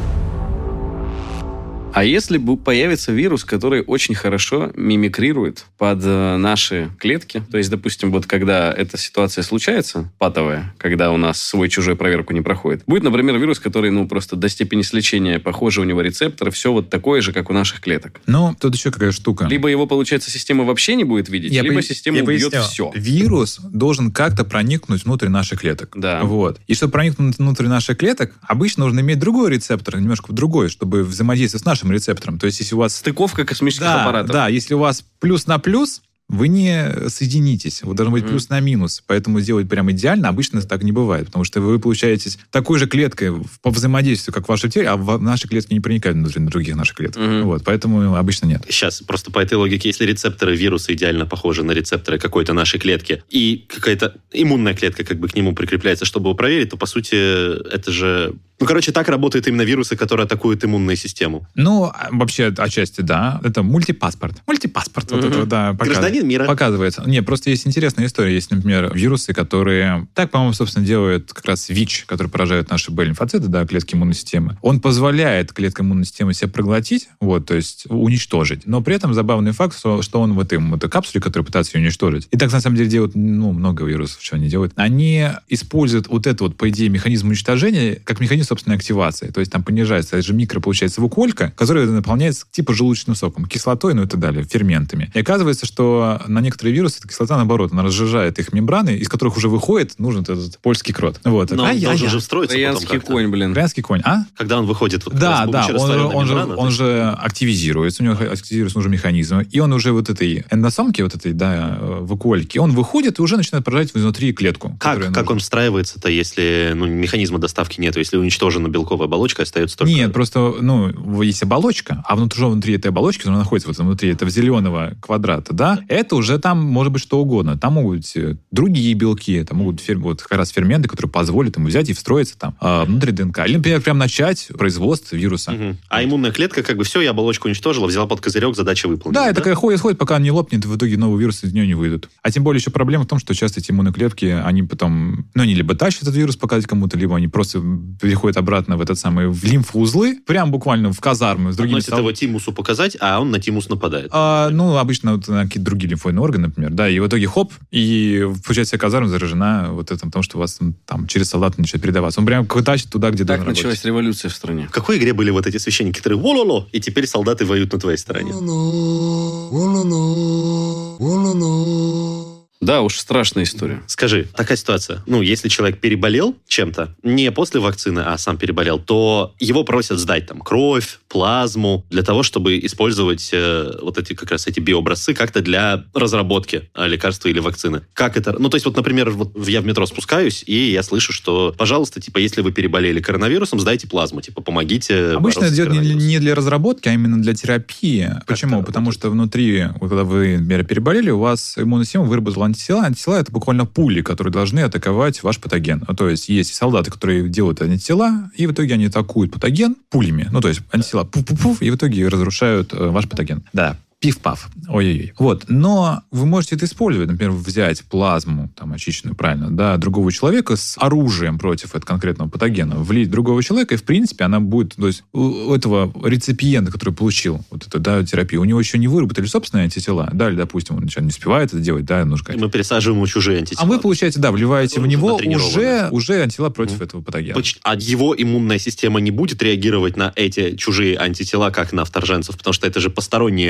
А если бы появится вирус, который очень хорошо мимикрирует под э, наши клетки, то есть, допустим, вот когда эта ситуация случается, патовая, когда у нас свой-чужой проверку не проходит, будет, например, вирус, который, ну, просто до степени сличения похожи у него рецепторы, все вот такое же, как у наших клеток. Но тут еще какая штука. Либо его, получается, система вообще не будет видеть, Я либо по... система я убьет поясню. все. Вирус должен как-то проникнуть внутрь наших клеток. Да. Вот. И чтобы проникнуть внутрь наших клеток, обычно нужно иметь другой рецептор, немножко другой, чтобы взаимодействовать с нашим рецептором. То есть, если у вас... Стыковка космических да, аппаратов. Да, если у вас плюс на плюс, вы не соединитесь. Вот должен быть mm-hmm. плюс на минус. Поэтому сделать прям идеально обычно так не бывает. Потому что вы получаетесь такой же клеткой по взаимодействию, как в вашей теле, а в наши клетки не проникают внутрь других наших клеток. Mm-hmm. Вот, поэтому обычно нет. Сейчас, просто по этой логике, если рецепторы вируса идеально похожи на рецепторы какой-то нашей клетки, и какая-то иммунная клетка как бы к нему прикрепляется, чтобы его проверить, то, по сути, это же... Ну, короче, так работают именно вирусы, которые атакуют иммунную систему. Ну, вообще, отчасти, да. Это мультипаспорт. Мультипаспорт. Mm-hmm. Вот это, да, показ... Гражданин мира. Показывается. Не, просто есть интересная история. Есть, например, вирусы, которые... Так, по-моему, собственно, делают как раз ВИЧ, который поражает наши Б-лимфоциты, да, клетки иммунной системы. Он позволяет клеткам иммунной системы себя проглотить, вот, то есть уничтожить. Но при этом забавный факт, что, что он в этой, в этой капсуле, которая пытается ее уничтожить. И так, на самом деле, делают, ну, много вирусов, что они делают. Они используют вот это вот, по идее, механизм уничтожения как механизм собственной активации. То есть там понижается, это же микро, получается, выколька, которая наполняется типа желудочным соком, кислотой, ну и так далее, ферментами. И оказывается, что на некоторые вирусы эта кислота, наоборот, она разжижает их мембраны, из которых уже выходит нужен этот польский крот. Вот. Но он должен же встроиться Троянский потом как-то. конь, блин. Троянский конь, а? Когда он выходит вот Да, да, он, он, же, мембраны, он же активизируется, у него активизируются уже механизмы, и он уже вот этой эндосомки, вот этой, да, выкольки, он выходит и уже начинает поражать внутри клетку. Как, как он встраивается-то, если ну, механизма доставки нет, если уничтожена белковая оболочка, остается только... Нет, просто, ну, есть оболочка, а внутри, внутри этой оболочки, она находится вот внутри этого зеленого квадрата, да, это уже там может быть что угодно. Там могут быть другие белки, там могут фер... вот как раз ферменты, которые позволят ему взять и встроиться там э, внутри ДНК. Или, например, прям начать производство вируса. Угу. А иммунная клетка как бы все, я оболочку уничтожила, взяла под козырек, задача выполнена. Да, да? это такая ходит, ходит, пока она не лопнет, в итоге новые вирусы из нее не выйдут. А тем более еще проблема в том, что часто эти иммунные клетки, они потом, ну, они либо тащат этот вирус показать кому-то, либо они просто переходят обратно в этот самый, в лимфоузлы, прям буквально в казармы с другими... Относят его тимусу показать, а он на тимус нападает. А, ну, обычно вот на какие-то другие лимфоидные органы, например, да, и в итоге хоп, и получается казарма заражена вот этим, потому что у вас там, там через солдата начинает передаваться. Он прям тащит туда, где Так должен началась работать. революция в стране. В какой игре были вот эти священники, которые вололо, и теперь солдаты воюют на твоей стороне? Да, уж страшная история. Скажи, такая ситуация. Ну, если человек переболел чем-то, не после вакцины, а сам переболел, то его просят сдать там кровь, плазму, для того, чтобы использовать э, вот эти как раз эти биообразцы как-то для разработки э, лекарства или вакцины. Как это? Ну, то есть, вот, например, вот я в метро спускаюсь, и я слышу, что, пожалуйста, типа, если вы переболели коронавирусом, сдайте плазму, типа, помогите. Обычно это идет не, не для разработки, а именно для терапии. Как Почему? Потому что внутри, вот, когда вы, например, переболели, у вас иммунная система выработала антитела. Антитела — это буквально пули, которые должны атаковать ваш патоген. Ну, то есть есть солдаты, которые делают антитела, и в итоге они атакуют патоген пулями. Ну, то есть антитела пуф-пуф-пуф, и в итоге разрушают э, ваш патоген. Да. Пиф-паф. Ой-ой-ой. Вот. Но вы можете это использовать. Например, взять плазму, там, очищенную, правильно, да, другого человека с оружием против этого конкретного патогена, влить другого человека, и, в принципе, она будет... То есть у этого реципиента, который получил вот эту, да, терапию, у него еще не выработали собственные антитела, да, или, допустим, он не успевает это делать, да, нужно... И мы пересаживаем ему чужие антитела. А вы, получаете, да, вливаете в него уже, уже, уже антитела против mm. этого патогена. А его иммунная система не будет реагировать на эти чужие антитела, как на вторженцев, потому что это же посторонние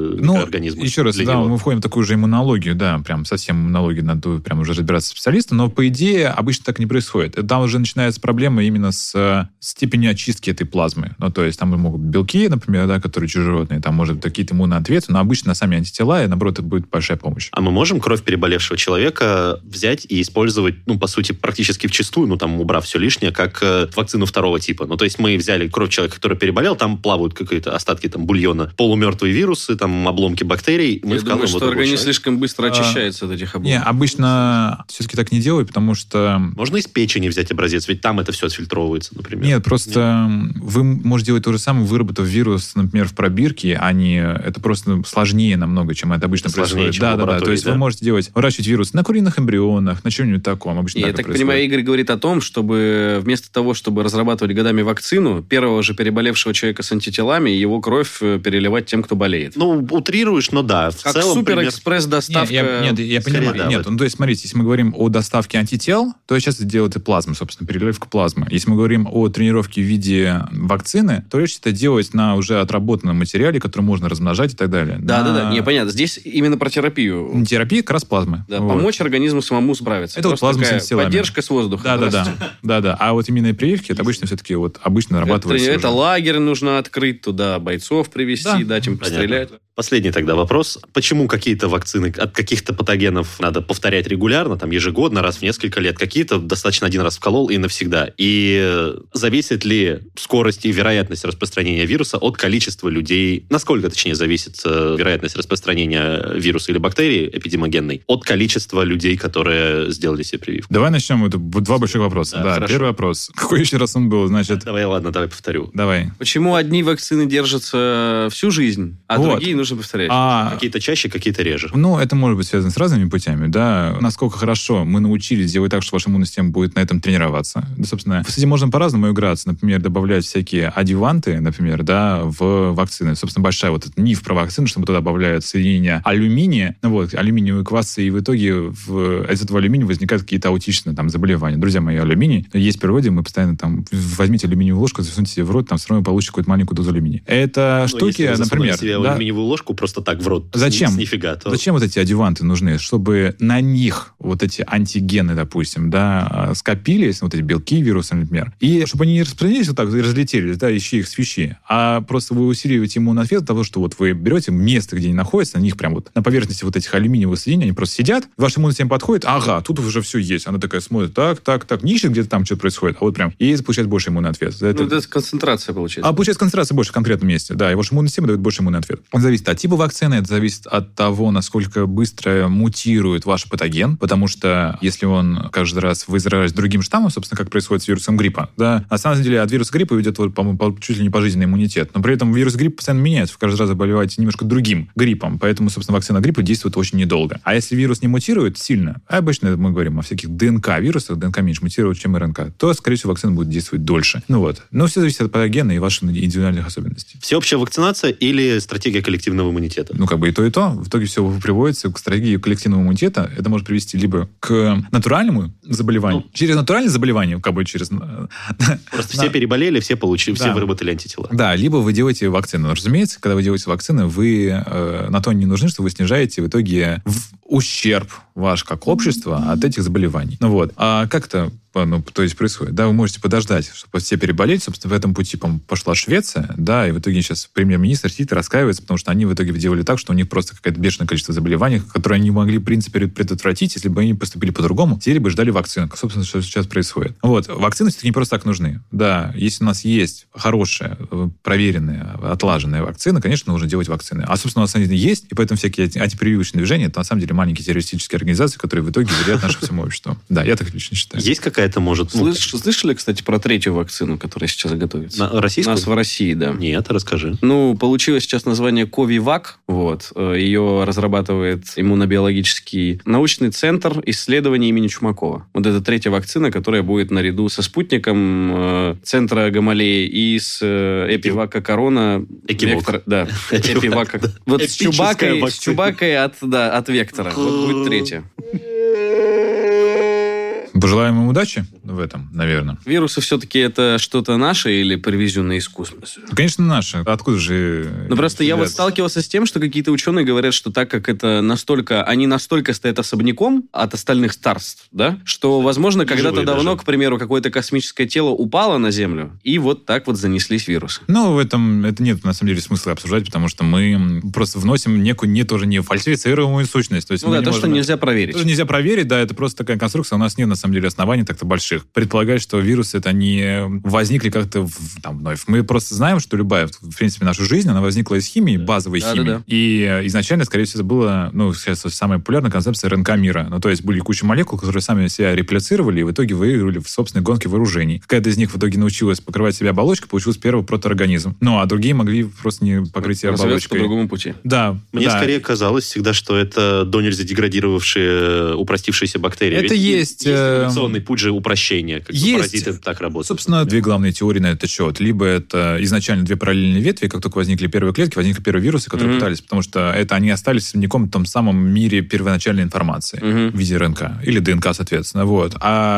ну, микроорганизмы. Еще раз, да, него. мы входим в такую же иммунологию, да, прям совсем иммунологию, надо прям уже разбираться специалистом, но по идее обычно так не происходит. Там уже начинается проблема именно с степенью очистки этой плазмы. Ну, то есть там могут быть белки, например, да, которые чужеродные, там может быть какие-то иммунные ответы, но обычно сами антитела, и наоборот, это будет большая помощь. А мы можем кровь переболевшего человека взять и использовать, ну, по сути, практически вчистую, ну, там, убрав все лишнее, как э, вакцину второго типа. Ну, то есть мы взяли кровь человека, который переболел, там плавают какие-то остатки там бульона, полумертвые вирусы, там, обломки бактерий. Мы Я думаю, что организм слишком быстро очищается а, от этих обломков. Не, обычно все-таки так не делают, потому что... Можно из печени взять образец, ведь там это все отфильтровывается, например. Нет, просто Нет. вы можете делать то же самое, выработав вирус, например, в пробирке, а не... Это просто сложнее намного, чем это обычно сложнее, происходит. Да, да, да. То есть да? вы можете делать, выращивать вирус на куриных эмбрионах, на чем-нибудь таком. Обычно Я так, так происходит. понимаю, Игорь говорит о том, чтобы вместо того, чтобы разрабатывать годами вакцину, первого же переболевшего человека с антителами, его кровь переливать тем, кто болеет. Ну, утрируешь, но да. В как целом, суперэкспресс-доставка. Нет, я, нет, я понимаю. Да, нет, ну, то есть, смотрите, если мы говорим о доставке антител, то сейчас это делает и плазма, собственно, переливка плазмы. Если мы говорим о тренировке в виде вакцины, то лучше это делать на уже отработанном материале, который можно размножать и так далее. Да, на... да, да. Не, понятно. Здесь именно про терапию. Терапия как раз плазмы. Да, вот. Помочь организму самому справиться. Это вот плазма с антителами. Поддержка с воздуха. Да, да, да, да, да. А вот именно прививки, это обычно все-таки вот обычно нарабатывается. Это, это лагерь нужно открыть, туда бойцов привести, да. дать им пострелять. Понятно. Последний тогда вопрос. Почему какие-то вакцины от каких-то патогенов надо повторять регулярно, там ежегодно, раз в несколько лет? Какие-то достаточно один раз вколол и навсегда. И зависит ли скорость и вероятность распространения вируса от количества людей? Насколько, точнее, зависит вероятность распространения вируса или бактерии эпидемогенной от количества людей, которые сделали себе прививку? Давай начнем. Это два больших вопроса. Да, да, первый вопрос. Какой еще раз он был? Значит... Давай, ладно, давай повторю. Давай. Почему одни вакцины держатся всю жизнь, а вот. другие нужно повторять? А... Какие-то чаще, какие-то реже. Ну, это может быть связано с разными путями, да. Насколько хорошо мы научились делать так, что ваша иммунная система будет на этом тренироваться. Да, собственно, с этим можно по-разному играться. Например, добавлять всякие адъюванты, например, да, в вакцины. Собственно, большая вот этот миф про вакцины, что мы туда добавляют соединения алюминия, вот, алюминиевые квасы, и в итоге в... из этого алюминия возникают какие-то аутичные там заболевания. Друзья мои, алюминий есть в природе, мы постоянно там возьмите алюминиевую ложку, засуньте себе в рот, там все равно получите какую-то маленькую дозу алюминия. Это ну, штуки, если вы например... себе да, алюминиевую ложку просто так в рот. Зачем? С нифига. То... Зачем вот эти адъюванты нужны? Чтобы на них вот эти антигены, допустим, да, скопились, вот эти белки вируса, например, и чтобы они не распространились вот так, и разлетелись, да, ищи их свищи, а просто вы усиливаете иммунный ответ от того, что вот вы берете место, где они находятся, на них прям вот на поверхности вот этих алюминиевых соединений, они просто сидят, ваша иммунная система подходит, ага, тут уже все есть. Она такая смотрит, так, так, так, не ищет, где-то там что-то происходит, а вот прям, и получает больше иммунный ответ. Это... Ну, это концентрация получается. А получается концентрация больше в конкретном месте, да, и ваша иммунная система дает больше иммунный ответ. Это зависит от типа вакцины, это зависит от того, насколько быстро мутирует ваш патоген, потому что если он каждый раз вы заражаетесь другим штаммом, собственно, как происходит с вирусом гриппа, да, на самом деле от вируса гриппа идет, вот, по-моему, чуть ли не пожизненный иммунитет, но при этом вирус гриппа постоянно меняется, вы каждый раз заболеваете немножко другим гриппом, поэтому, собственно, вакцина гриппа действует очень недолго. А если вирус не мутирует сильно, а обычно мы говорим о всяких ДНК-вирусах, ДНК меньше мутирует, чем РНК, то, скорее всего, вакцина будет действовать дольше. Ну вот. Но все зависит от патогена и ваших индивидуальных особенностей. Всеобщая вакцинация или стратегия коллективного иммунитета? Ну, как бы и то, и то. В итоге все приводится к стратегии коллективного иммунитета. Это может привести либо к натуральному заболеванию. Ну, через натуральное заболевание, как бы через... Просто все переболели, все получили, все выработали антитела. Да, либо вы делаете вакцину. Но, разумеется, когда вы делаете вакцину, вы э, на то не нужны, что вы снижаете в итоге в ущерб ваш как общество от этих заболеваний. Ну вот. А как это ну, то есть происходит? Да, вы можете подождать, чтобы все переболеть. Собственно, в этом пути пошла Швеция, да, и в итоге сейчас премьер-министр сидит и раскаивается, потому что они в итоге делали так, что у них просто какое-то бешеное количество заболеваний, которые они могли, в принципе, предотвратить, если бы они поступили по-другому, теперь бы ждали вакцину. Собственно, что сейчас происходит. Вот. Вакцины все-таки не просто так нужны. Да, если у нас есть хорошая, проверенная, отлаженная вакцина, конечно, нужно делать вакцины. А, собственно, у нас они есть, и поэтому всякие антипрививочные движения, это, на самом деле, маленькие террористические организации, которые в итоге вредят нашему всему обществу. Да, я так лично считаю. Есть какая-то, может... Слыш, слышали, кстати, про третью вакцину, которая сейчас готовится? На, российскую? У нас в России, да. Нет, расскажи. Ну, получилось сейчас название Ковивак. Вот. Ее разрабатывает иммунобиологический научный центр исследований имени Чумакова. Вот это третья вакцина, которая будет наряду со спутником э, центра Гамалеи и с э, Эпивака Корона. Экивок. Да. Эпивака. Вот с Чубакой, с Чубакой от, да, от Вектора. Вот будет третья. Пожелаем им удачи. в этом, наверное. Вирусы все-таки это что-то наше или привезенное из космоса? Ну, конечно, наше. Откуда же... Ну, просто я вот взяться? сталкивался с тем, что какие-то ученые говорят, что так как это настолько... Они настолько стоят особняком от остальных царств, да, что, возможно, когда-то живые давно, даже. к примеру, какое-то космическое тело упало на Землю, и вот так вот занеслись вирусы. Ну, в этом это нет, на самом деле, смысла обсуждать, потому что мы просто вносим некую, не тоже не фальсифицируемую сущность. То есть Ну мы да, не то, что можем- нельзя проверить. Тоже нельзя проверить, да, это просто такая конструкция. У нас нет, на самом деле, оснований так-то больших. Предполагать, что вирусы, это не возникли как-то в, там, вновь. Мы просто знаем, что любая, в принципе, наша жизнь, она возникла из химии, базовой Да, химии. да, да. И изначально, скорее всего, это было, ну, сейчас самая популярная концепция РНК мира. Ну, то есть были куча молекул, которые сами себя реплицировали и в итоге выиграли в собственной гонке вооружений. Какая-то из них в итоге научилась покрывать себя оболочкой, получился первый протоорганизм. Ну, а другие могли просто не покрыть себя Развиваться по оболочкой. другому пути. Да. Мне да. скорее казалось всегда, что это до нельзя деградировавшие, упростившиеся бактерии. Это Ведь есть, Есть э, эволюционный путь же упрощения. Как бы есть. паразиты так работают. Собственно, две главные теории на этот счет. Либо это изначально две параллельные ветви, как только возникли первые клетки, возникли первые вирусы, которые Мгм. пытались, потому что это они остались особняком в том самом мире первоначальной информации Мгм. в виде РНК или ДНК, соответственно. Вот.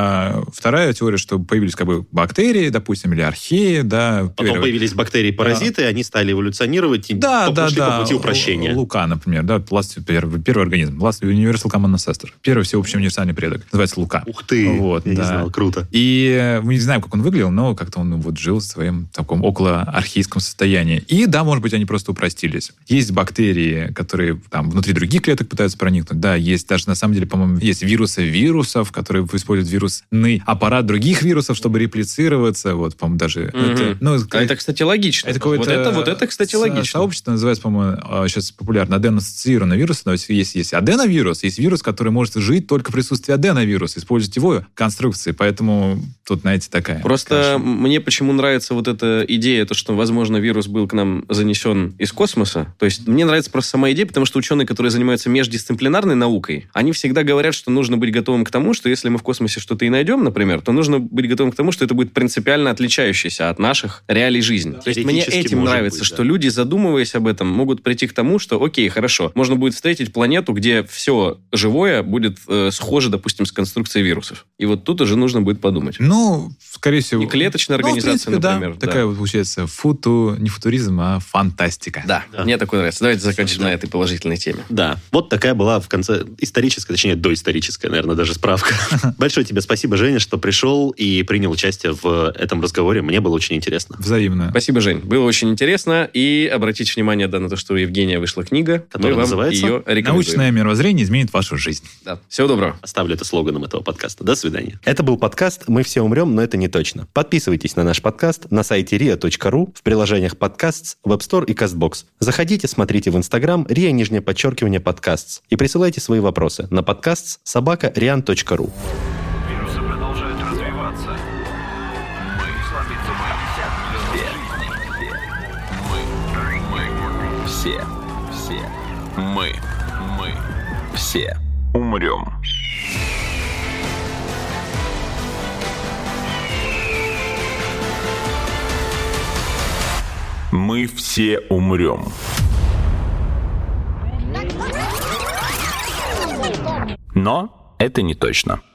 А вторая теория, что появились как бы бактерии, допустим, или археи, да. Потом первые- появились бактерии-паразиты, они стали эволюционировать и Да, по- да, пошли да. по пути упрощения. Лука, например, да, last- первый, первый организм. Last Universal Common Ancestor. Первый всеобщий универсальный предок. Называется Лука. Ух ты, Вот, я да. не знал, круто. И мы не знаем, как он выглядел, но как-то он вот жил в своем таком около архаическом состоянии. И да, может быть, они просто упростились. Есть бактерии, которые там внутри других клеток пытаются проникнуть. Да, есть даже, на самом деле, по-моему, есть вирусы вирусов, которые используют вирусный аппарат других вирусов, чтобы реплицироваться. Вот, по-моему, даже... Мгм. Это, ну, А это, кстати, логично. это какое-то... вот, это, вот это, кстати, со- логично. Сообщество называется, по-моему, а, сейчас популярно аденоассоциированный вирус. То есть есть, есть аденовирус, есть вирус, который может жить только в присутствии аденовируса, использовать его конструкции. Поэтому тут, знаете, такая... Просто каша. мне почему нравится вот эта идея, то, что, возможно, вирус был к нам занесен из космоса. То есть мне нравится просто сама идея, потому что ученые, которые занимаются междисциплинарной наукой, они всегда говорят, что нужно быть готовым к тому, что если мы в космосе что-то и найдем, например, то нужно быть готовым к тому, что это будет принципиально отличающееся от наших реалий жизни. То есть мне Теоретически этим может нравится, быть, что да. люди, задумываясь об этом, могут прийти к тому, что, окей, хорошо, можно будет встретить планету, где все живое будет э, схоже, допустим, с конструкцией вирусов. И вот тут уже нужно будет подумать. Ну, скорее всего... И клеточная Ну, в организация, принципе, да. например. да. Такая вот получается футу, не футуризм, а фантастика. Да, Да. мне такое нравится. Давайте закончим Да. на этой положительной теме. Да, вот такая была в конце историческая, точнее, доисторическая, наверное, даже справка. Большое тебе спасибо, Женя, что пришел и принял участие в этом разговоре. Мне было очень интересно. Взаимно. Спасибо, Жень. Было очень интересно. И обратите внимание да, на то, что у Евгения вышла книга. Которая Мы вам называется ее рекомендуем. Научное мировоззрение изменит вашу жизнь. Да. Всего доброго. Оставлю это слоганом этого подкаста. До свидания. Это был подкаст «Мы все умрем, но это не точно». Подписывайтесь на наш подкаст на сайте риа точка ру, в приложениях подкастс, Web Store и CastBox. Заходите, смотрите в Instagram риа, нижнее подчеркивание, подкастс и присылайте свои вопросы на подкастс собака риан точка ру. Вирусы продолжают развиваться. Мы слабится мы. Все. Все. Мы. Мы. Все. Умрем. Мы все умрем. Но это не точно.